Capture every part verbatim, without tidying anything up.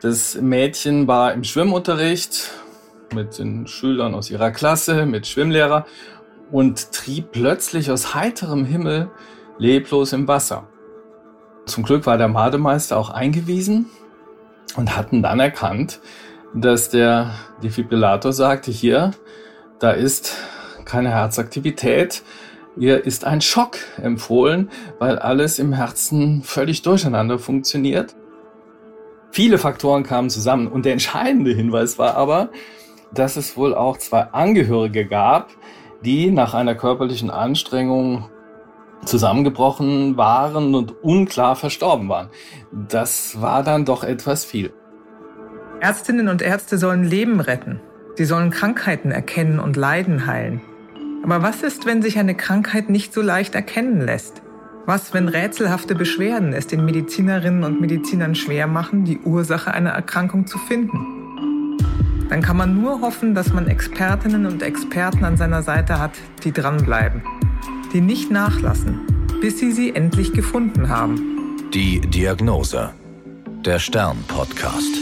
Das Mädchen war im Schwimmunterricht mit den Schülern aus ihrer Klasse, mit Schwimmlehrer und trieb plötzlich aus heiterem Himmel leblos im Wasser. Zum Glück war der Bademeister auch eingewiesen und hatten dann erkannt, dass der Defibrillator sagte, hier, da ist keine Herzaktivität, ihr ist ein Schock empfohlen, weil alles im Herzen völlig durcheinander funktioniert. Viele Faktoren kamen zusammen und der entscheidende Hinweis war aber, dass es wohl auch zwei Angehörige gab, die nach einer körperlichen Anstrengung zusammengebrochen waren und unklar verstorben waren. Das war dann doch etwas viel. Ärztinnen und Ärzte sollen Leben retten. Sie sollen Krankheiten erkennen und Leiden heilen. Aber was ist, wenn sich eine Krankheit nicht so leicht erkennen lässt? Was, wenn rätselhafte Beschwerden es den Medizinerinnen und Medizinern schwer machen, die Ursache einer Erkrankung zu finden? Dann kann man nur hoffen, dass man Expertinnen und Experten an seiner Seite hat, die dranbleiben, die nicht nachlassen, bis sie sie endlich gefunden haben. Die Diagnose. Der Stern-Podcast.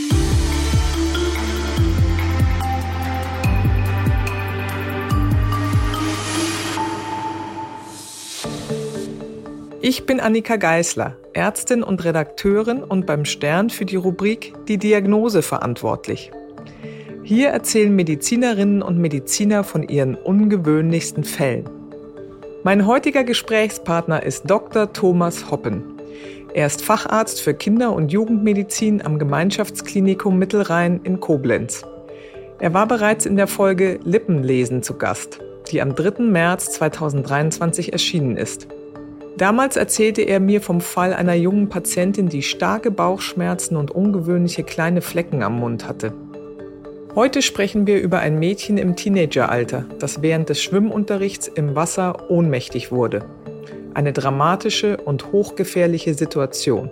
Ich bin Annika Geisler, Ärztin und Redakteurin und beim Stern für die Rubrik Die Diagnose verantwortlich. Hier erzählen Medizinerinnen und Mediziner von ihren ungewöhnlichsten Fällen. Mein heutiger Gesprächspartner ist Doktor Thomas Hoppen. Er ist Facharzt für Kinder- und Jugendmedizin am Gemeinschaftsklinikum Mittelrhein in Koblenz. Er war bereits in der Folge Lippenlesen zu Gast, die am dritten März zweitausenddreiundzwanzig erschienen ist. Damals erzählte er mir vom Fall einer jungen Patientin, die starke Bauchschmerzen und ungewöhnliche kleine Flecken am Mund hatte. Heute sprechen wir über ein Mädchen im Teenageralter, das während des Schwimmunterrichts im Wasser ohnmächtig wurde. Eine dramatische und hochgefährliche Situation.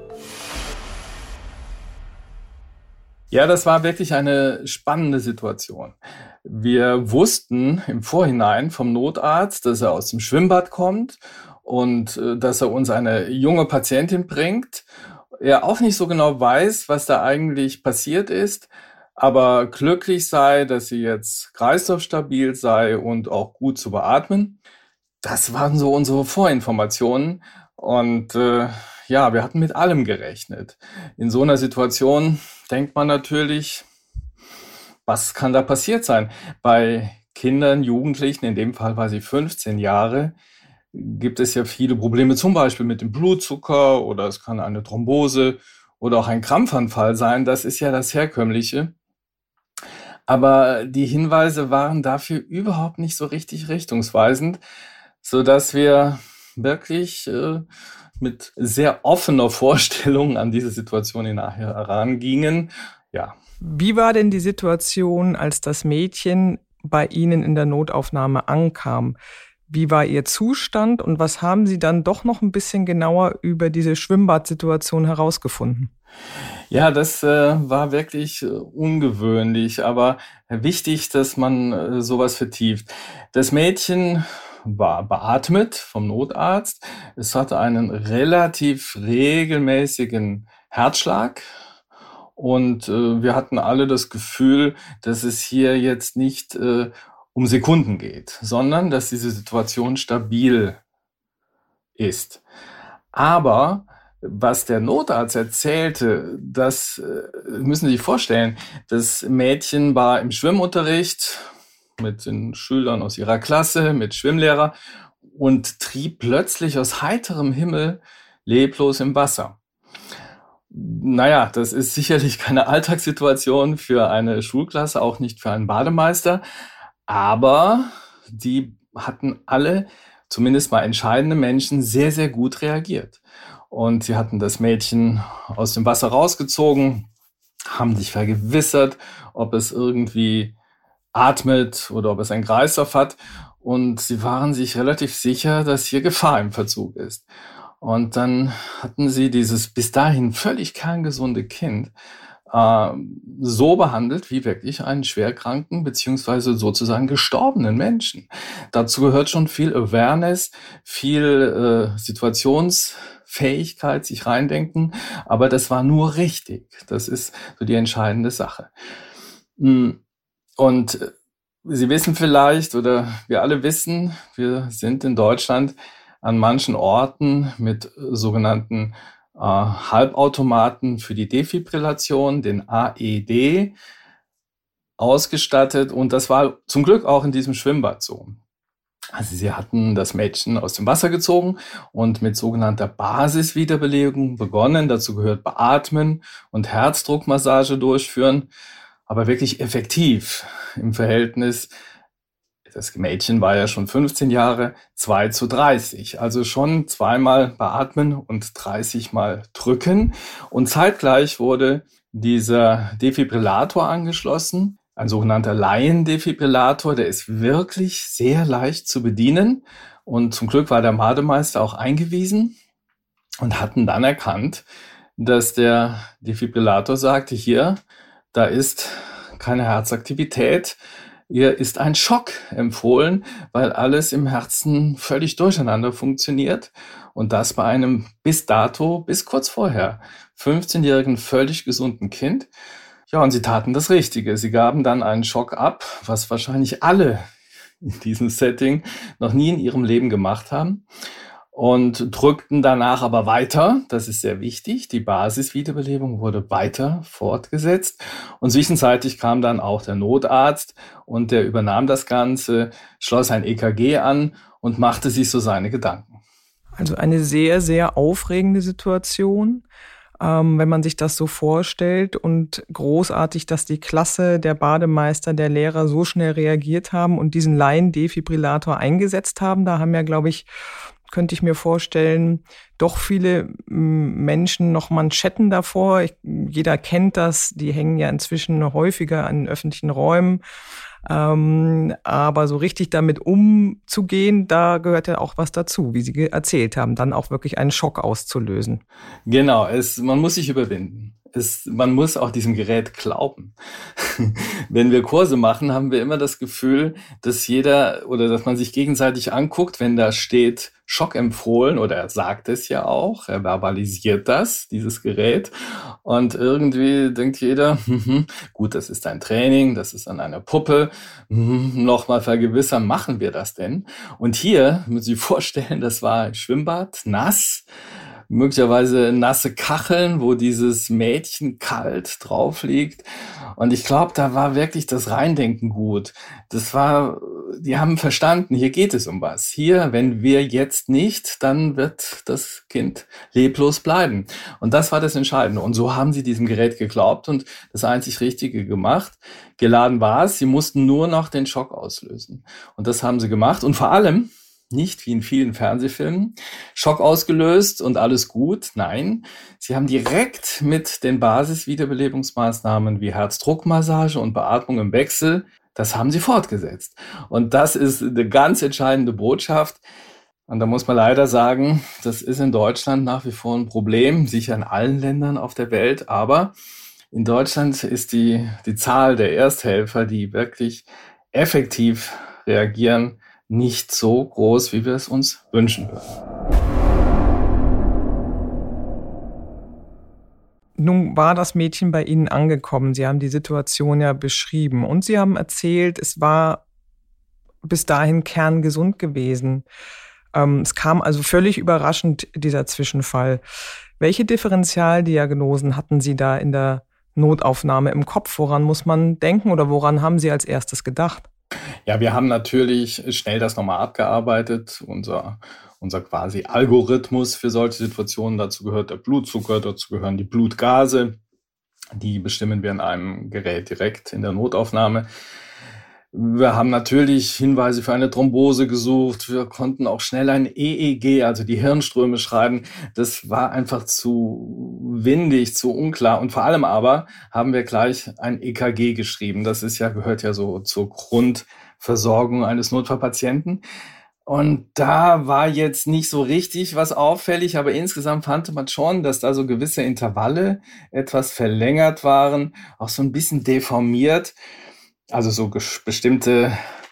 Ja, das war wirklich eine spannende Situation. Wir wussten im Vorhinein vom Notarzt, dass er aus dem Schwimmbad kommt und äh, dass er uns eine junge Patientin bringt. Er auch nicht so genau weiß, was da eigentlich passiert ist, aber glücklich sei, dass sie jetzt kreislaufstabil sei und auch gut zu beatmen. Das waren so unsere Vorinformationen und äh, ja, wir hatten mit allem gerechnet. In so einer Situation denkt man natürlich, was kann da passiert sein? Bei Kindern, Jugendlichen, in dem Fall war sie fünfzehn Jahre, gibt es ja viele Probleme, zum Beispiel mit dem Blutzucker oder es kann eine Thrombose oder auch ein Krampfanfall sein. Das ist ja das Herkömmliche. Aber die Hinweise waren dafür überhaupt nicht so richtig richtungsweisend, sodass wir wirklich äh, mit sehr offener Vorstellung an diese Situation nachher herangingen. Ja. Wie war denn die Situation, als das Mädchen bei Ihnen in der Notaufnahme ankam? Wie war Ihr Zustand und was haben Sie dann doch noch ein bisschen genauer über diese Schwimmbadsituation herausgefunden? Ja, das äh, war wirklich äh, ungewöhnlich, aber wichtig, dass man äh, sowas vertieft. Das Mädchen war beatmet vom Notarzt. Es hatte einen relativ regelmäßigen Herzschlag. Und äh, wir hatten alle das Gefühl, dass es hier jetzt nicht äh, um Sekunden geht, sondern dass diese Situation stabil ist. Aber was der Notarzt erzählte, das äh, müssen Sie sich vorstellen, das Mädchen war im Schwimmunterricht mit den Schülern aus ihrer Klasse, mit Schwimmlehrer und trieb plötzlich aus heiterem Himmel leblos im Wasser. Naja, das ist sicherlich keine Alltagssituation für eine Schulklasse, auch nicht für einen Bademeister, aber die hatten alle, zumindest mal entscheidende Menschen, sehr, sehr gut reagiert. Und sie hatten das Mädchen aus dem Wasser rausgezogen, haben sich vergewissert, ob es irgendwie atmet oder ob es einen Kreislauf hat. Und sie waren sich relativ sicher, dass hier Gefahr im Verzug ist. Und dann hatten sie dieses bis dahin völlig kerngesunde Kind äh, so behandelt wie wirklich einen schwerkranken beziehungsweise sozusagen gestorbenen Menschen. Dazu gehört schon viel Awareness, viel äh, Situations Fähigkeit, sich reindenken, aber das war nur richtig. Das ist so die entscheidende Sache. Und Sie wissen vielleicht, oder wir alle wissen, wir sind in Deutschland an manchen Orten mit sogenannten äh, Halbautomaten für die Defibrillation, den A E D, ausgestattet. Und das war zum Glück auch in diesem Schwimmbad so. Also sie hatten das Mädchen aus dem Wasser gezogen und mit sogenannter Basiswiederbelebung begonnen. Dazu gehört Beatmen und Herzdruckmassage durchführen, aber wirklich effektiv im Verhältnis. Das Mädchen war ja schon fünfzehn Jahre, zwei zu dreißig. Also schon zweimal beatmen und dreißig Mal drücken. Und zeitgleich wurde dieser Defibrillator angeschlossen. Ein sogenannter Laiendefibrillator, der ist wirklich sehr leicht zu bedienen. Und zum Glück war der Bademeister auch eingewiesen und hatten dann erkannt, dass der Defibrillator sagte, hier, da ist keine Herzaktivität, ihr ist ein Schock empfohlen, weil alles im Herzen völlig durcheinander funktioniert. Und das bei einem bis dato, bis kurz vorher, fünfzehnjährigen völlig gesunden Kind. Ja, und sie taten das Richtige. Sie gaben dann einen Schock ab, was wahrscheinlich alle in diesem Setting noch nie in ihrem Leben gemacht haben. Und drückten danach aber weiter, das ist sehr wichtig, die Basiswiederbelebung wurde weiter fortgesetzt. Und zwischenzeitlich kam dann auch der Notarzt und der übernahm das Ganze, schloss ein E K G an und machte sich so seine Gedanken. Also eine sehr, sehr aufregende Situation. Ähm, wenn man sich das so vorstellt und großartig, dass die Klasse, der Bademeister, der Lehrer so schnell reagiert haben und diesen Laiendefibrillator eingesetzt haben. Da haben ja, glaube ich, könnte ich mir vorstellen, doch viele Menschen noch Manschetten davor. Ich, jeder kennt das, die hängen ja inzwischen häufiger an öffentlichen Räumen. Ähm, aber so richtig damit umzugehen, da gehört ja auch was dazu, wie Sie erzählt haben, dann auch wirklich einen Schock auszulösen. Genau, es, man muss sich überwinden. Es, man muss auch diesem Gerät glauben. Wenn wir Kurse machen, haben wir immer das Gefühl, dass jeder oder dass man sich gegenseitig anguckt, wenn da steht Schock empfohlen, oder er sagt es ja auch, er verbalisiert das, dieses Gerät. Und irgendwie denkt jeder, gut, das ist ein Training, das ist an einer Puppe, nochmal vergewissern, machen wir das denn? Und hier müssen Sie sich vorstellen, das war ein Schwimmbad, nass, möglicherweise nasse Kacheln, wo dieses Mädchen kalt drauf liegt. Und ich glaube, da war wirklich das Reindenken gut. Das war, die haben verstanden, hier geht es um was. Hier, wenn wir jetzt nicht, dann wird das Kind leblos bleiben. Und das war das Entscheidende. Und so haben sie diesem Gerät geglaubt und das einzig Richtige gemacht. Geladen war es, sie mussten nur noch den Schock auslösen. Und das haben sie gemacht. Und vor allem, nicht wie in vielen Fernsehfilmen, Schock ausgelöst und alles gut. Nein, sie haben direkt mit den Basiswiederbelebungsmaßnahmen wie Herzdruckmassage und Beatmung im Wechsel, das haben sie fortgesetzt. Und das ist eine ganz entscheidende Botschaft. Und da muss man leider sagen, das ist in Deutschland nach wie vor ein Problem, sicher in allen Ländern auf der Welt. Aber in Deutschland ist die, die Zahl der Ersthelfer, die wirklich effektiv reagieren, nicht so groß, wie wir es uns wünschen würden. Nun war das Mädchen bei Ihnen angekommen. Sie haben die Situation ja beschrieben und Sie haben erzählt, es war bis dahin kerngesund gewesen. Ähm, es kam also völlig überraschend, dieser Zwischenfall. Welche Differentialdiagnosen hatten Sie da in der Notaufnahme im Kopf? Woran muss man denken oder woran haben Sie als erstes gedacht? Ja, wir haben natürlich schnell das nochmal abgearbeitet. Unser, unser quasi Algorithmus für solche Situationen, dazu gehört der Blutzucker, dazu gehören die Blutgase. Die bestimmen wir in einem Gerät direkt in der Notaufnahme. Wir haben natürlich Hinweise für eine Thrombose gesucht. Wir konnten auch schnell ein E E G, also die Hirnströme, schreiben. Das war einfach zu windig, zu unklar. Und vor allem aber haben wir gleich ein E K G geschrieben. Das ist ja, gehört ja so zur Grundversorgung eines Notfallpatienten. Und da war jetzt nicht so richtig was auffällig, aber insgesamt fand man schon, dass da so gewisse Intervalle etwas verlängert waren, auch so ein bisschen deformiert. Also so bestimmte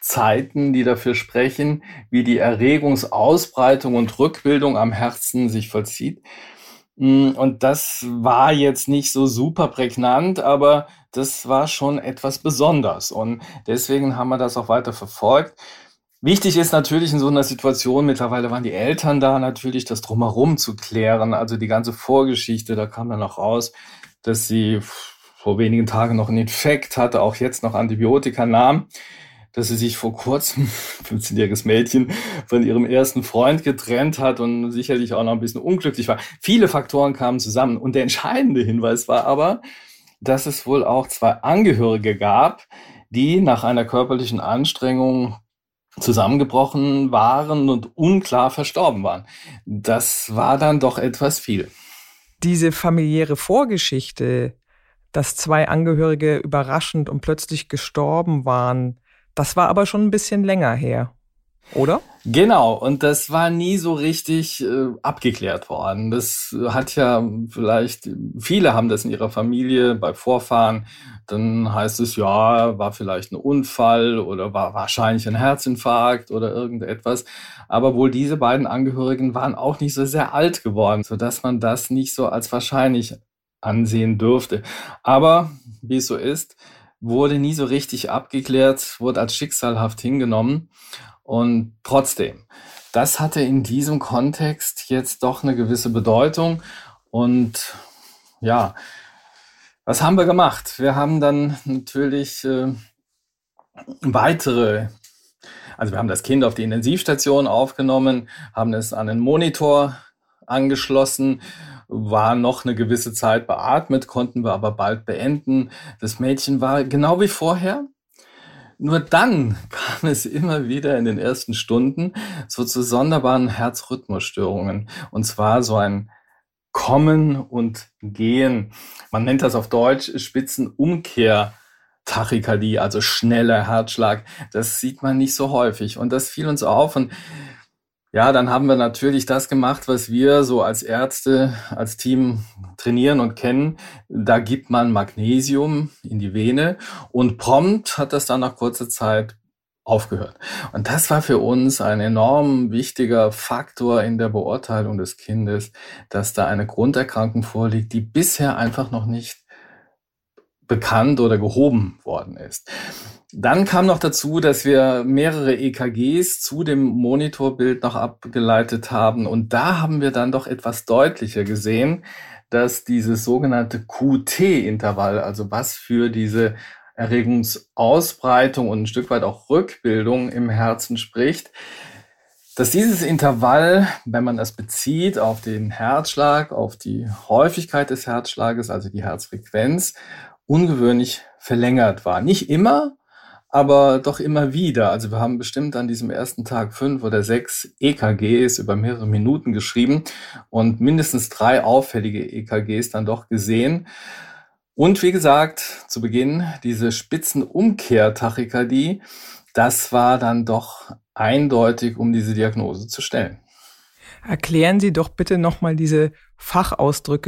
Zeiten, die dafür sprechen, wie die Erregungsausbreitung und Rückbildung am Herzen sich vollzieht. Und das war jetzt nicht so super prägnant, aber das war schon etwas besonders. Und deswegen haben wir das auch weiter verfolgt. Wichtig ist natürlich in so einer Situation, mittlerweile waren die Eltern da, natürlich das Drumherum zu klären, also die ganze Vorgeschichte. Da kam dann auch raus, dass sie vor wenigen Tagen noch einen Infekt hatte, auch jetzt noch Antibiotika nahm, dass sie sich vor kurzem, fünfzehnjähriges Mädchen, von ihrem ersten Freund getrennt hat und sicherlich auch noch ein bisschen unglücklich war. Viele Faktoren kamen zusammen. Und der entscheidende Hinweis war aber, dass es wohl auch zwei Angehörige gab, die nach einer körperlichen Anstrengung zusammengebrochen waren und unklar verstorben waren. Das war dann doch etwas viel. Diese familiäre Vorgeschichte, dass zwei Angehörige überraschend und plötzlich gestorben waren, das war aber schon ein bisschen länger her, oder? Genau, und das war nie so richtig äh, abgeklärt worden. Das hat ja vielleicht, viele haben das in ihrer Familie bei Vorfahren, dann heißt es, ja, war vielleicht ein Unfall oder war wahrscheinlich ein Herzinfarkt oder irgendetwas. Aber wohl diese beiden Angehörigen waren auch nicht so sehr alt geworden, sodass man das nicht so als wahrscheinlich ansehen dürfte. Aber wie es so ist, wurde nie so richtig abgeklärt, wurde als schicksalhaft hingenommen. Und trotzdem, das hatte in diesem Kontext jetzt doch eine gewisse Bedeutung. Und ja, was haben wir gemacht? Wir haben dann natürlich äh, weitere, also wir haben das Kind auf die Intensivstation aufgenommen, haben es an den Monitor angeschlossen, war noch eine gewisse Zeit beatmet, konnten wir aber bald beenden. Das Mädchen war genau wie vorher. Nur dann kam es immer wieder in den ersten Stunden so zu sonderbaren Herzrhythmusstörungen. Und zwar so ein Kommen und Gehen. Man nennt das auf Deutsch Spitzenumkehr-Tachykardie, also schneller Herzschlag. Das sieht man nicht so häufig. Und das fiel uns auf. Und ja, dann haben wir natürlich das gemacht, was wir so als Ärzte, als Team trainieren und kennen. Da gibt man Magnesium in die Vene und prompt hat das dann nach kurzer Zeit aufgehört. Und das war für uns ein enorm wichtiger Faktor in der Beurteilung des Kindes, dass da eine Grunderkrankung vorliegt, die bisher einfach noch nicht bekannt oder gehoben worden ist. Dann kam noch dazu, dass wir mehrere E K Gs zu dem Monitorbild noch abgeleitet haben. Und da haben wir dann doch etwas deutlicher gesehen, dass dieses sogenannte Q T-Intervall, also was für diese Erregungsausbreitung und ein Stück weit auch Rückbildung im Herzen spricht, dass dieses Intervall, wenn man das bezieht auf den Herzschlag, auf die Häufigkeit des Herzschlages, also die Herzfrequenz, ungewöhnlich verlängert war. Nicht immer, aber doch immer wieder. Also wir haben bestimmt an diesem ersten Tag fünf oder sechs E K Gs über mehrere Minuten geschrieben und mindestens drei auffällige E K Gs dann doch gesehen. Und wie gesagt, zu Beginn diese Spitzenumkehr-Tachykardie, das war dann doch eindeutig, um diese Diagnose zu stellen. Erklären Sie doch bitte nochmal diese Fachausdrücke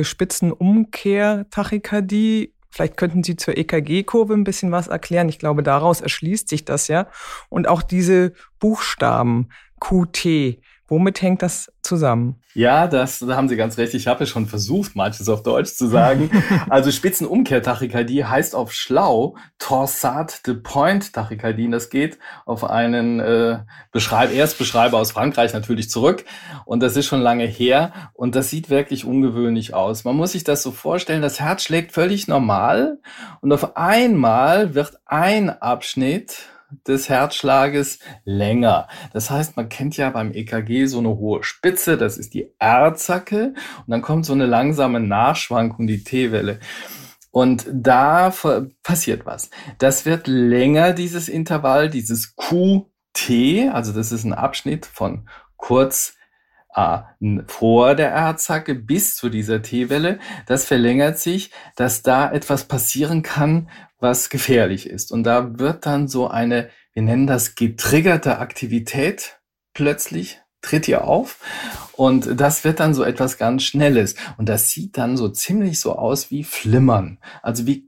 Spitzenumkehr-Tachykardie. Vielleicht könnten Sie zur E K G-Kurve ein bisschen was erklären. Ich glaube, daraus erschließt sich das ja. Und auch diese Buchstaben Q T, womit hängt das zusammen? Ja, das, da haben Sie ganz recht. Ich habe ja schon versucht, manches auf Deutsch zu sagen. Also Spitzenumkehr-Tachykardie heißt auf schlau Torsade-de-Pointe-Tachykardie. Das geht auf einen äh, Beschreib- Erstbeschreiber aus Frankreich natürlich zurück. Und das ist schon lange her. Und das sieht wirklich ungewöhnlich aus. Man muss sich das so vorstellen, das Herz schlägt völlig normal. Und auf einmal wird ein Abschnitt des Herzschlages länger. Das heißt, man kennt ja beim E K G so eine hohe Spitze, das ist die R-Zacke, und dann kommt so eine langsame Nachschwankung, die T-Welle. Und da passiert was. Das wird länger, dieses Intervall, dieses Q T, also das ist ein Abschnitt von kurz äh, vor der R-Zacke bis zu dieser T-Welle. Das verlängert sich, dass da etwas passieren kann, was gefährlich ist. Und da wird dann so eine, wir nennen das getriggerte Aktivität, plötzlich tritt hier auf. Und das wird dann so etwas ganz Schnelles. Und das sieht dann so ziemlich so aus wie Flimmern. Also wie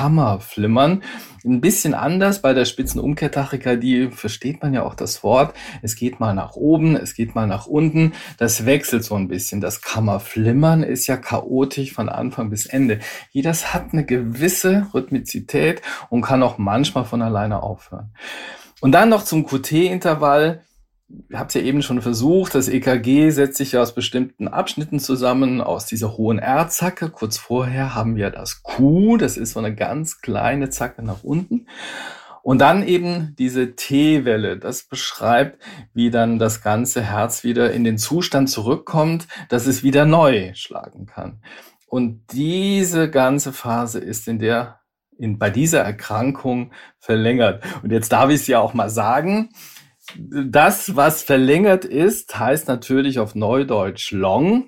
Kammerflimmern. Ein bisschen anders bei der Spitzenumkehrtachykardie, versteht man ja auch das Wort. Es geht mal nach oben, es geht mal nach unten. Das wechselt so ein bisschen. Das Kammerflimmern ist ja chaotisch von Anfang bis Ende. Jedes hat eine gewisse Rhythmizität und kann auch manchmal von alleine aufhören. Und dann noch zum Q T-Intervall. Ihr habt ja eben schon versucht, das E K G setzt sich ja aus bestimmten Abschnitten zusammen, aus dieser hohen R-Zacke. Kurz vorher haben wir das Q, das ist so eine ganz kleine Zacke nach unten. Und dann eben diese T-Welle, das beschreibt, wie dann das ganze Herz wieder in den Zustand zurückkommt, dass es wieder neu schlagen kann. Und diese ganze Phase ist in der, in, bei dieser Erkrankung verlängert. Und jetzt darf ich es ja auch mal sagen. Das, was verlängert ist, heißt natürlich auf Neudeutsch Long.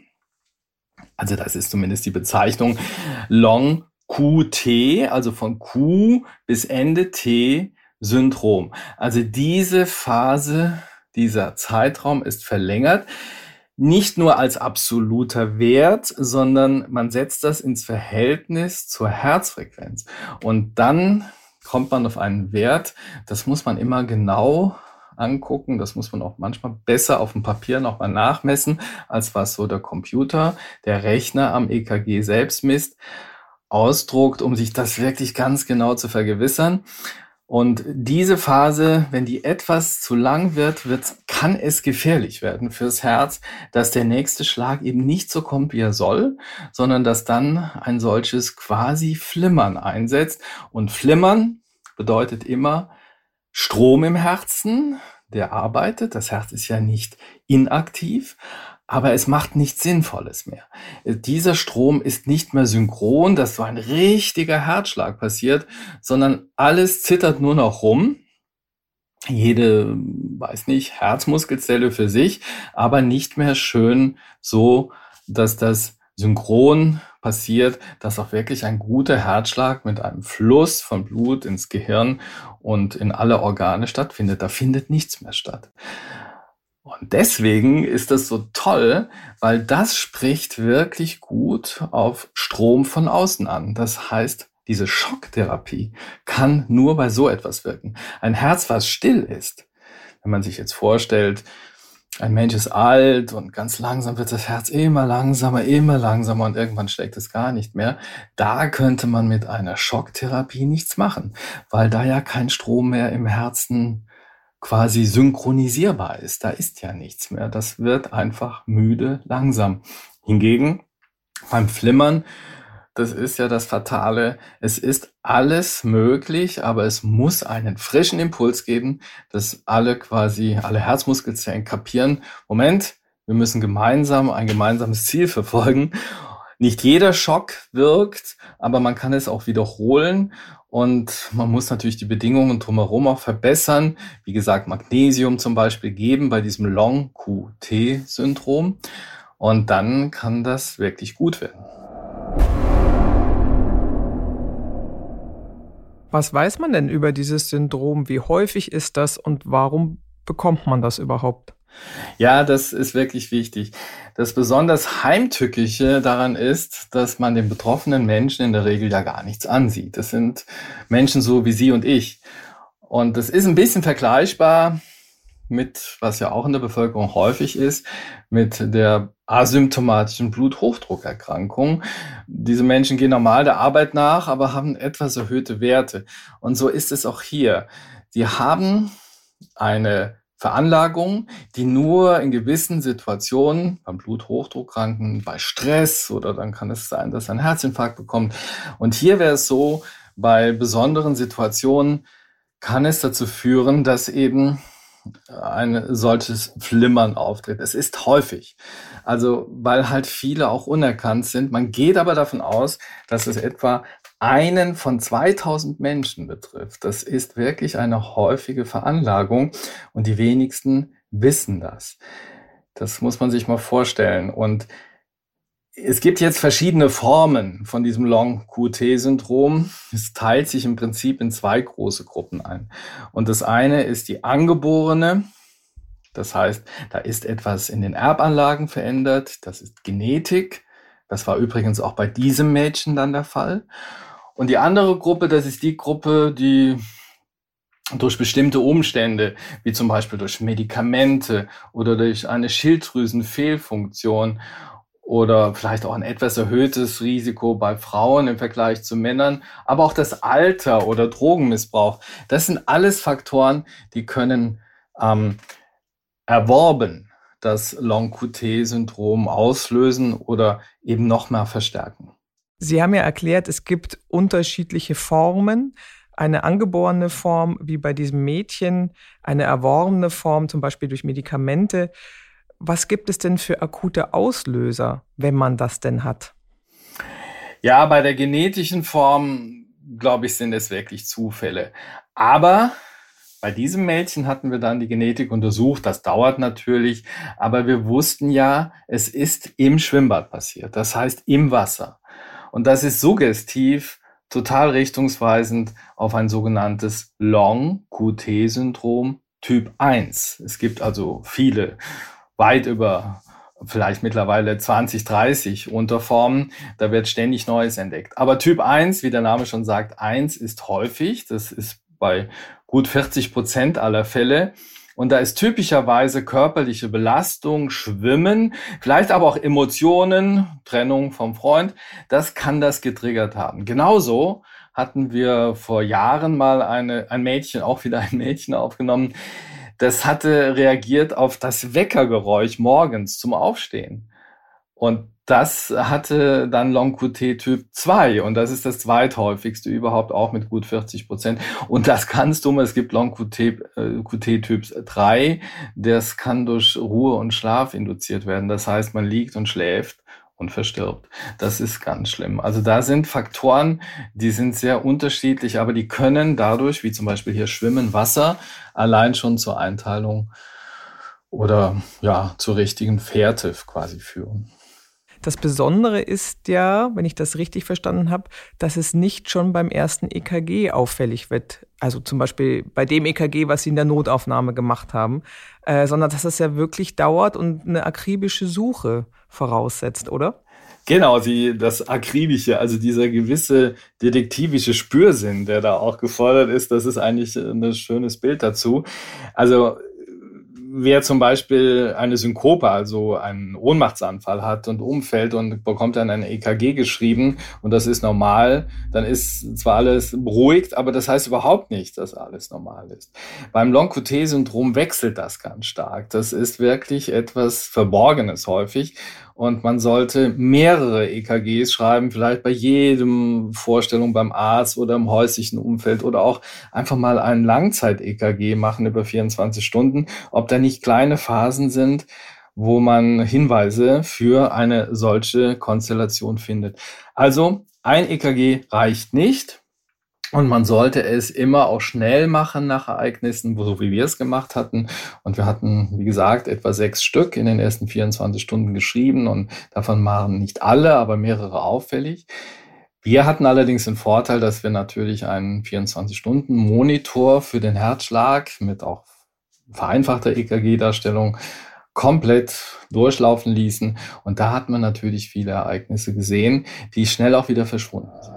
Also das ist zumindest die Bezeichnung Long Q T, also von Q bis Ende T Syndrom. Also diese Phase, dieser Zeitraum ist verlängert. Nicht nur als absoluter Wert, sondern man setzt das ins Verhältnis zur Herzfrequenz. Und dann kommt man auf einen Wert, das muss man immer genau angucken. Das muss man auch manchmal besser auf dem Papier nochmal nachmessen, als was so der Computer, der Rechner am E K G selbst misst, ausdruckt, um sich das wirklich ganz genau zu vergewissern. Und diese Phase, wenn die etwas zu lang wird, wird, kann es gefährlich werden fürs Herz, dass der nächste Schlag eben nicht so kommt, wie er soll, sondern dass dann ein solches quasi Flimmern einsetzt. Und Flimmern bedeutet immer, Strom im Herzen, der arbeitet. Das Herz ist ja nicht inaktiv, aber es macht nichts Sinnvolles mehr. Dieser Strom ist nicht mehr synchron, dass so ein richtiger Herzschlag passiert, sondern alles zittert nur noch rum. Jede, weiß nicht, Herzmuskelzelle für sich, aber nicht mehr schön so, dass das synchron passiert, dass auch wirklich ein guter Herzschlag mit einem Fluss von Blut ins Gehirn und in alle Organe stattfindet. Da findet nichts mehr statt. Und deswegen ist das so toll, weil das spricht wirklich gut auf Strom von außen an. Das heißt, diese Schocktherapie kann nur bei so etwas wirken. Ein Herz, was still ist, wenn man sich jetzt vorstellt, ein Mensch ist alt und ganz langsam wird das Herz immer langsamer, immer langsamer und irgendwann schlägt es gar nicht mehr. Da könnte man mit einer Schocktherapie nichts machen, weil da ja kein Strom mehr im Herzen quasi synchronisierbar ist. Da ist ja nichts mehr. Das wird einfach müde, langsam. Hingegen beim Flimmern, das ist ja das Fatale, es ist alles möglich, aber es muss einen frischen Impuls geben, dass alle quasi, alle Herzmuskelzellen kapieren, Moment, wir müssen gemeinsam ein gemeinsames Ziel verfolgen. Nicht jeder Schock wirkt, aber man kann es auch wiederholen und man muss natürlich die Bedingungen drumherum auch verbessern. Wie gesagt, Magnesium zum Beispiel geben bei diesem Long Q T-Syndrom und dann kann das wirklich gut werden. Was weiß man denn über dieses Syndrom? Wie häufig ist das und warum bekommt man das überhaupt? Ja, das ist wirklich wichtig. Das besonders Heimtückische daran ist, dass man den betroffenen Menschen in der Regel ja gar nichts ansieht. Das sind Menschen so wie Sie und ich. Und das ist ein bisschen vergleichbar mit, was ja auch in der Bevölkerung häufig ist, mit der asymptomatischen Bluthochdruckerkrankung. Diese Menschen gehen normal der Arbeit nach, aber haben etwas erhöhte Werte. Und so ist es auch hier. Sie haben eine Veranlagung, die nur in gewissen Situationen, beim Bluthochdruckkranken, bei Stress oder dann kann es sein, dass er einen Herzinfarkt bekommt. Und hier wäre es so, bei besonderen Situationen kann es dazu führen, dass eben ein solches Flimmern auftritt. Es ist häufig, also weil halt viele auch unerkannt sind. Man geht aber davon aus, dass es etwa einen von zweitausend Menschen betrifft. Das ist wirklich eine häufige Veranlagung und die wenigsten wissen das. Das muss man sich mal vorstellen. Und es gibt jetzt verschiedene Formen von diesem Long Q T-Syndrom. Es teilt sich im Prinzip in zwei große Gruppen ein. Und das eine ist die angeborene. Das heißt, da ist etwas in den Erbanlagen verändert. Das ist Genetik. Das war übrigens auch bei diesem Mädchen dann der Fall. Und die andere Gruppe, das ist die Gruppe, die durch bestimmte Umstände, wie zum Beispiel durch Medikamente oder durch eine Schilddrüsenfehlfunktion oder vielleicht auch ein etwas erhöhtes Risiko bei Frauen im Vergleich zu Männern, aber auch das Alter oder Drogenmissbrauch. Das sind alles Faktoren, die können ähm, erworben das Long-Q T-Syndrom auslösen oder eben noch mal verstärken. Sie haben ja erklärt, es gibt unterschiedliche Formen. Eine angeborene Form, wie bei diesem Mädchen, eine erworbene Form, zum Beispiel durch Medikamente. Was gibt es denn für akute Auslöser, wenn man das denn hat? Ja, bei der genetischen Form, glaube ich, sind es wirklich Zufälle. Aber bei diesem Mädchen hatten wir dann die Genetik untersucht. Das dauert natürlich, aber wir wussten ja, es ist im Schwimmbad passiert. Das heißt im Wasser. Und das ist suggestiv, total richtungsweisend auf ein sogenanntes Long-Q T-Syndrom Typ eins. Es gibt also viele, weit über vielleicht mittlerweile zwanzig, dreißig Unterformen. Da wird ständig Neues entdeckt. Aber Typ eins, wie der Name schon sagt, eins ist häufig. Das ist bei gut vierzig Prozent aller Fälle. Und da ist typischerweise körperliche Belastung, Schwimmen, vielleicht aber auch Emotionen, Trennung vom Freund. Das kann das getriggert haben. Genauso hatten wir vor Jahren mal eine, ein Mädchen, auch wieder ein Mädchen aufgenommen. Das hatte reagiert auf das Weckergeräusch morgens zum Aufstehen. Und das hatte dann Long-Q T Typ zwei und das ist das zweithäufigste überhaupt, auch mit gut vierzig Prozent. Und das ganz dumme, es gibt Long-Q T Typ drei, das kann durch Ruhe und Schlaf induziert werden. Das heißt, man liegt und schläft und verstirbt. Das ist ganz schlimm. Also da sind Faktoren, die sind sehr unterschiedlich, aber die können dadurch, wie zum Beispiel hier Schwimmen, Wasser, allein schon zur Einteilung oder ja zur richtigen Fährte quasi führen. Das Besondere ist ja, wenn ich das richtig verstanden habe, dass es nicht schon beim ersten E K G auffällig wird. Also zum Beispiel bei dem E K G, was Sie in der Notaufnahme gemacht haben, äh, sondern dass es ja wirklich dauert und eine akribische Suche voraussetzt, oder? Genau, die, das Akribische, also dieser gewisse detektivische Spürsinn, der da auch gefordert ist, das ist eigentlich ein schönes Bild dazu. Also wer zum Beispiel eine Synkope, also einen Ohnmachtsanfall hat und umfällt und bekommt dann ein E K G geschrieben und das ist normal, dann ist zwar alles beruhigt, aber das heißt überhaupt nicht, dass alles normal ist. Beim Long-Q T-Syndrom wechselt das ganz stark. Das ist wirklich etwas Verborgenes häufig. Und man sollte mehrere E K Gs schreiben, vielleicht bei jedem Vorstellung beim Arzt oder im häuslichen Umfeld oder auch einfach mal ein Langzeit-E K G machen über vierundzwanzig Stunden, ob da nicht kleine Phasen sind, wo man Hinweise für eine solche Konstellation findet. Also ein E K G reicht nicht. Und man sollte es immer auch schnell machen nach Ereignissen, so wie wir es gemacht hatten. Und wir hatten, wie gesagt, etwa sechs Stück in den ersten vierundzwanzig Stunden geschrieben. Und davon waren nicht alle, aber mehrere auffällig. Wir hatten allerdings den Vorteil, dass wir natürlich einen vierundzwanzig-Stunden-Monitor für den Herzschlag mit auch vereinfachter E K G-Darstellung komplett durchlaufen ließen. Und da hat man natürlich viele Ereignisse gesehen, die schnell auch wieder verschwunden sind.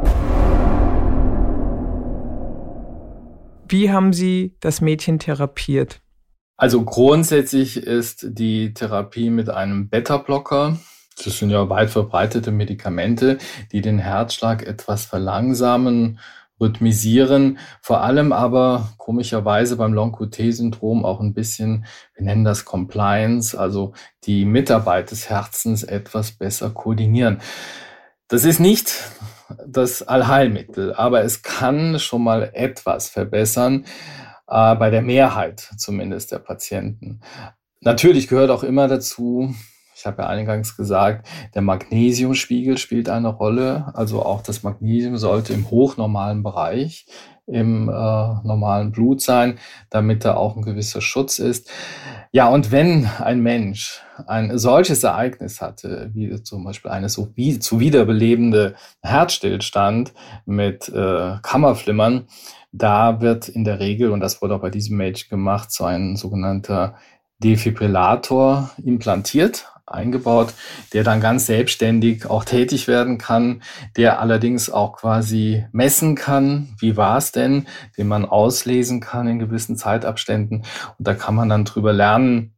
Wie haben Sie das Mädchen therapiert? Also grundsätzlich ist die Therapie mit einem Beta-Blocker, das sind ja weit verbreitete Medikamente, die den Herzschlag etwas verlangsamen, rhythmisieren, vor allem aber komischerweise beim Long-Q T-Syndrom auch ein bisschen, wir nennen das Compliance, also die Mitarbeit des Herzens etwas besser koordinieren. Das ist nicht das Allheilmittel, aber es kann schon mal etwas verbessern, äh, bei der Mehrheit zumindest der Patienten. Natürlich gehört auch immer dazu, ich habe ja eingangs gesagt, der Magnesiumspiegel spielt eine Rolle. Also auch das Magnesium sollte im hochnormalen Bereich, im äh, normalen Blut sein, damit da auch ein gewisser Schutz ist. Ja, und wenn ein Mensch ein solches Ereignis hatte, wie zum Beispiel eine so wie, zu wiederbelebende Herzstillstand mit äh, Kammerflimmern, da wird in der Regel, und das wurde auch bei diesem Mädchen gemacht, so ein sogenannter Defibrillator implantiert, eingebaut, der dann ganz selbstständig auch tätig werden kann, der allerdings auch quasi messen kann, wie war es denn, den man auslesen kann in gewissen Zeitabständen. Und da kann man dann drüber lernen,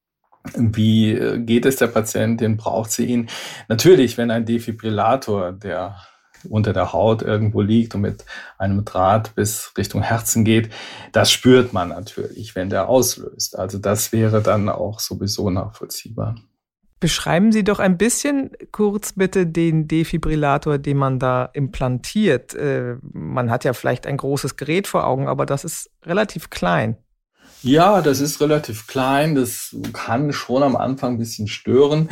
wie geht es der Patientin, braucht sie ihn. Natürlich, wenn ein Defibrillator, der unter der Haut irgendwo liegt und mit einem Draht bis Richtung Herzen geht, das spürt man natürlich, wenn der auslöst. Also das wäre dann auch sowieso nachvollziehbar. Beschreiben Sie doch ein bisschen kurz bitte den Defibrillator, den man da implantiert. Äh, man hat ja vielleicht ein großes Gerät vor Augen, aber das ist relativ klein. Ja, das ist relativ klein. Das kann schon am Anfang ein bisschen stören.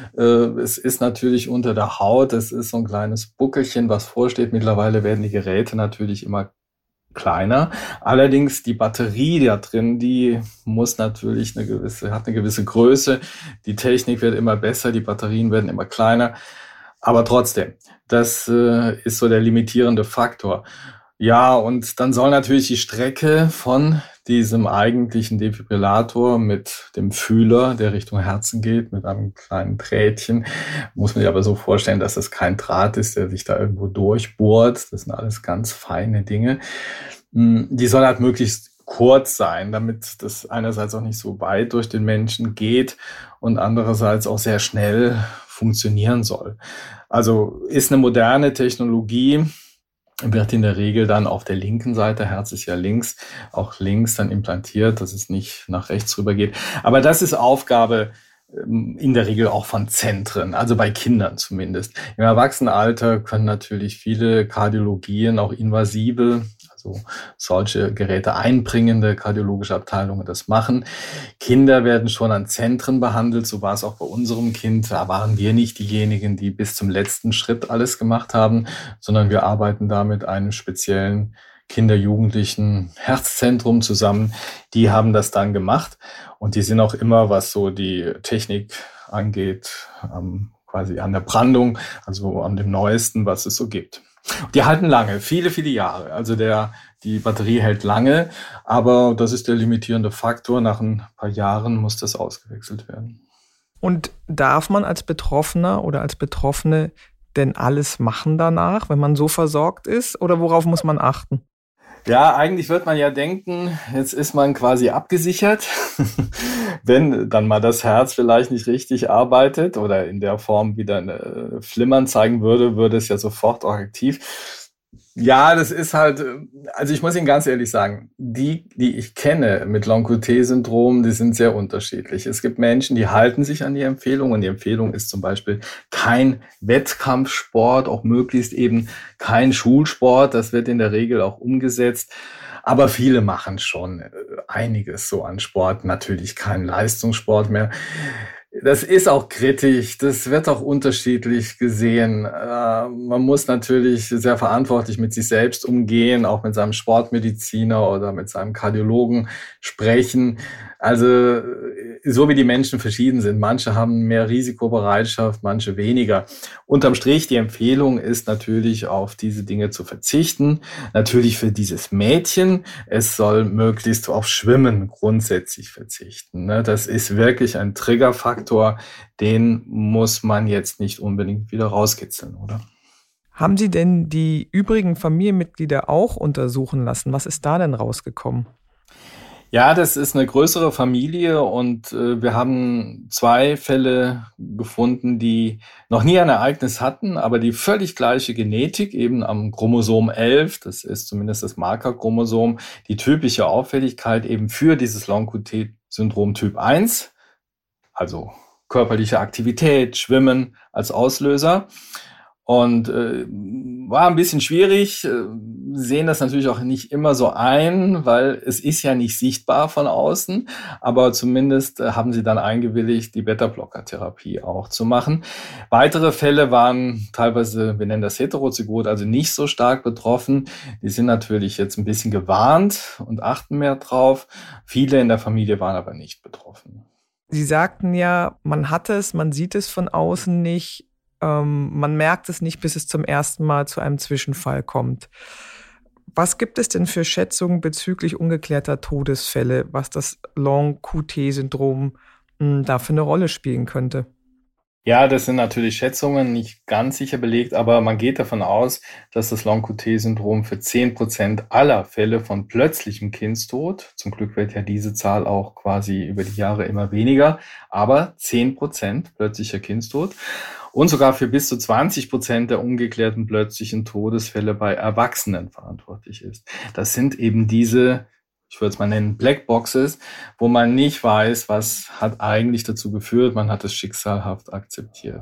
Es ist natürlich unter der Haut. Das ist so ein kleines Buckelchen, was vorsteht. Mittlerweile werden die Geräte natürlich immer kleiner. Allerdings die Batterie da drin, die muss natürlich eine gewisse, hat eine gewisse Größe. Die Technik wird immer besser. Die Batterien werden immer kleiner. Aber trotzdem, das ist so der limitierende Faktor. Ja, und dann soll natürlich die Strecke von diesem eigentlichen Defibrillator mit dem Fühler, der Richtung Herzen geht, mit einem kleinen Drähtchen, muss man sich aber so vorstellen, dass das kein Draht ist, der sich da irgendwo durchbohrt. Das sind alles ganz feine Dinge. Die soll halt möglichst kurz sein, damit das einerseits auch nicht so weit durch den Menschen geht und andererseits auch sehr schnell funktionieren soll. Also ist eine moderne Technologie, wird in der Regel dann auf der linken Seite, Herz ist ja links, auch links dann implantiert, dass es nicht nach rechts rüber geht. Aber das ist Aufgabe in der Regel auch von Zentren, also bei Kindern zumindest. Im Erwachsenenalter können natürlich viele Kardiologien, auch invasive, also solche Geräte einbringende kardiologische Abteilungen das machen. Kinder werden schon an Zentren behandelt, so war es auch bei unserem Kind. Da waren wir nicht diejenigen, die bis zum letzten Schritt alles gemacht haben, sondern wir arbeiten da mit einem speziellen Kinder-Jugendlichen Herzzentrum zusammen. Die haben das dann gemacht und die sind auch immer, was so die Technik angeht, ähm, quasi an der Brandung, also an dem Neuesten, was es so gibt. Die halten lange, viele, viele Jahre. Also der, die Batterie hält lange, aber das ist der limitierende Faktor. Nach ein paar Jahren muss das ausgewechselt werden. Und darf man als Betroffener oder als Betroffene denn alles machen danach, wenn man so versorgt ist? Oder worauf muss man achten? Ja, eigentlich wird man ja denken, jetzt ist man quasi abgesichert, wenn dann mal das Herz vielleicht nicht richtig arbeitet oder in der Form wieder eine Flimmern zeigen würde, würde es ja sofort auch aktiv. Ja, das ist halt, also ich muss Ihnen ganz ehrlich sagen, die, die ich kenne mit Long-Q T-Syndrom, die sind sehr unterschiedlich. Es gibt Menschen, die halten sich an die Empfehlung und die Empfehlung ist zum Beispiel kein Wettkampfsport, auch möglichst eben kein Schulsport. Das wird in der Regel auch umgesetzt. Aber viele machen schon einiges so an Sport, natürlich kein Leistungssport mehr. Das ist auch kritisch, das wird auch unterschiedlich gesehen. Äh, man muss natürlich sehr verantwortlich mit sich selbst umgehen, auch mit seinem Sportmediziner oder mit seinem Kardiologen sprechen. Also so wie die Menschen verschieden sind. Manche haben mehr Risikobereitschaft, manche weniger. Unterm Strich, die Empfehlung ist natürlich, auf diese Dinge zu verzichten. Natürlich für dieses Mädchen. Es soll möglichst auf Schwimmen grundsätzlich verzichten. Das ist wirklich ein Triggerfaktor. Den muss man jetzt nicht unbedingt wieder rauskitzeln, oder? Haben Sie denn die übrigen Familienmitglieder auch untersuchen lassen? Was ist da denn rausgekommen? Ja, das ist eine größere Familie und äh, wir haben zwei Fälle gefunden, die noch nie ein Ereignis hatten, aber die völlig gleiche Genetik, eben am Chromosom elf, das ist zumindest das Markerchromosom, die typische Auffälligkeit eben für dieses Long-Q T-Syndrom Typ eins, also körperliche Aktivität, Schwimmen als Auslöser. Und äh, war ein bisschen schwierig, äh, sehen das natürlich auch nicht immer so ein, weil es ist ja nicht sichtbar von außen, aber zumindest äh, haben sie dann eingewilligt, die Beta-Blocker-Therapie auch zu machen. Weitere Fälle waren teilweise, wir nennen das Heterozygot, also nicht so stark betroffen. Die sind natürlich jetzt ein bisschen gewarnt und achten mehr drauf. Viele in der Familie waren aber nicht betroffen. Sie sagten ja, man hat es, man sieht es von außen nicht. Man merkt es nicht, bis es zum ersten Mal zu einem Zwischenfall kommt. Was gibt es denn für Schätzungen bezüglich ungeklärter Todesfälle, was das Long-Q T-Syndrom da für eine Rolle spielen könnte? Ja, das sind natürlich Schätzungen, nicht ganz sicher belegt, aber man geht davon aus, dass das Long-Q T-Syndrom für zehn Prozent aller Fälle von plötzlichem Kindstod, zum Glück wird ja diese Zahl auch quasi über die Jahre immer weniger, aber zehn Prozent plötzlicher Kindstod und sogar für bis zu zwanzig Prozent der ungeklärten plötzlichen Todesfälle bei Erwachsenen verantwortlich ist. Das sind eben diese, ich würde es mal nennen, Blackboxes, wo man nicht weiß, was hat eigentlich dazu geführt, man hat es schicksalhaft akzeptiert.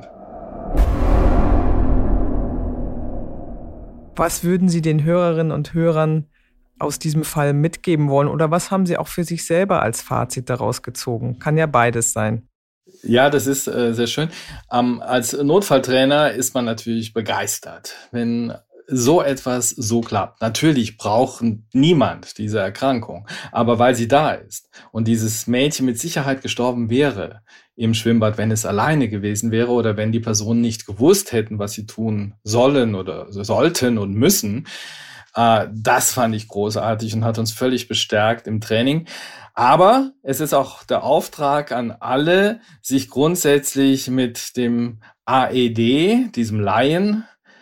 Was würden Sie den Hörerinnen und Hörern aus diesem Fall mitgeben wollen oder was haben Sie auch für sich selber als Fazit daraus gezogen? Kann ja beides sein. Ja, das ist äh, sehr schön. Ähm, als Notfalltrainer ist man natürlich begeistert, wenn so etwas so klappt. Natürlich braucht niemand diese Erkrankung, aber weil sie da ist und dieses Mädchen mit Sicherheit gestorben wäre im Schwimmbad, wenn es alleine gewesen wäre oder wenn die Personen nicht gewusst hätten, was sie tun sollen oder sollten und müssen, äh, das fand ich großartig und hat uns völlig bestärkt im Training. Aber es ist auch der Auftrag an alle, sich grundsätzlich mit dem A E D, diesem Laien,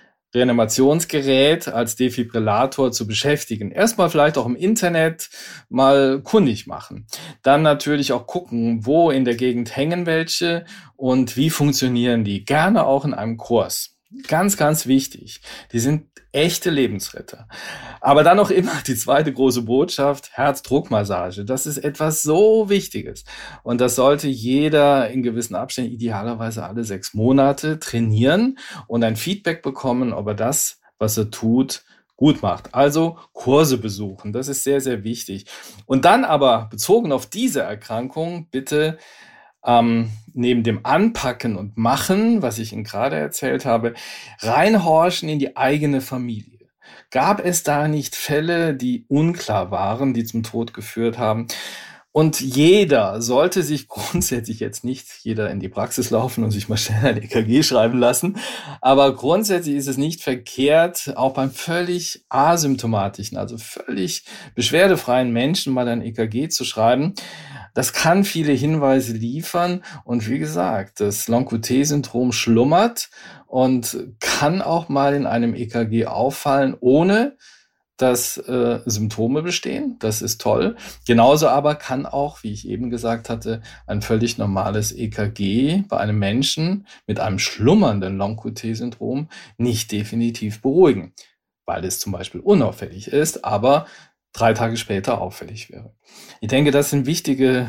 Reanimationsgerät als Defibrillator zu beschäftigen. Erstmal vielleicht auch im Internet mal kundig machen. Dann natürlich auch gucken, wo in der Gegend hängen welche und wie funktionieren die. Gerne auch in einem Kurs. Ganz, ganz wichtig. Die sind echte Lebensretter. Aber dann noch immer die zweite große Botschaft, Herzdruckmassage. Das ist etwas so Wichtiges. Und das sollte jeder in gewissen Abständen, idealerweise alle sechs Monate, trainieren und ein Feedback bekommen, ob er das, was er tut, gut macht. Also Kurse besuchen. Das ist sehr, sehr wichtig. Und dann aber bezogen auf diese Erkrankung bitte Ähm, neben dem Anpacken und Machen, was ich Ihnen gerade erzählt habe, reinhorchen in die eigene Familie. Gab es da nicht Fälle, die unklar waren, die zum Tod geführt haben? Und jeder sollte sich grundsätzlich jetzt nicht jeder in die Praxis laufen und sich mal schnell ein E K G schreiben lassen, aber grundsätzlich ist es nicht verkehrt, auch beim völlig asymptomatischen, also völlig beschwerdefreien Menschen mal ein E K G zu schreiben. Das kann viele Hinweise liefern und wie gesagt, das Long-Q T-Syndrom schlummert und kann auch mal in einem E K G auffallen, ohne dass äh, Symptome bestehen. Das ist toll. Genauso aber kann auch, wie ich eben gesagt hatte, ein völlig normales E K G bei einem Menschen mit einem schlummernden Long-Q T-Syndrom nicht definitiv beruhigen, weil es zum Beispiel unauffällig ist, aber drei Tage später auffällig wäre. Ich denke, das sind wichtige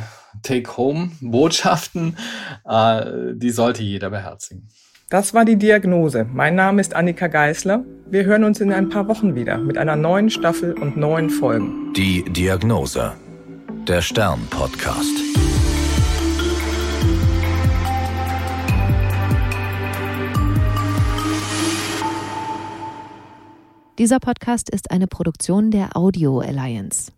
Take-Home-Botschaften, äh, die sollte jeder beherzigen. Das war die Diagnose. Mein Name ist Annika Geisler. Wir hören uns in ein paar Wochen wieder mit einer neuen Staffel und neuen Folgen. Die Diagnose, der Stern-Podcast. Dieser Podcast ist eine Produktion der Audio Alliance.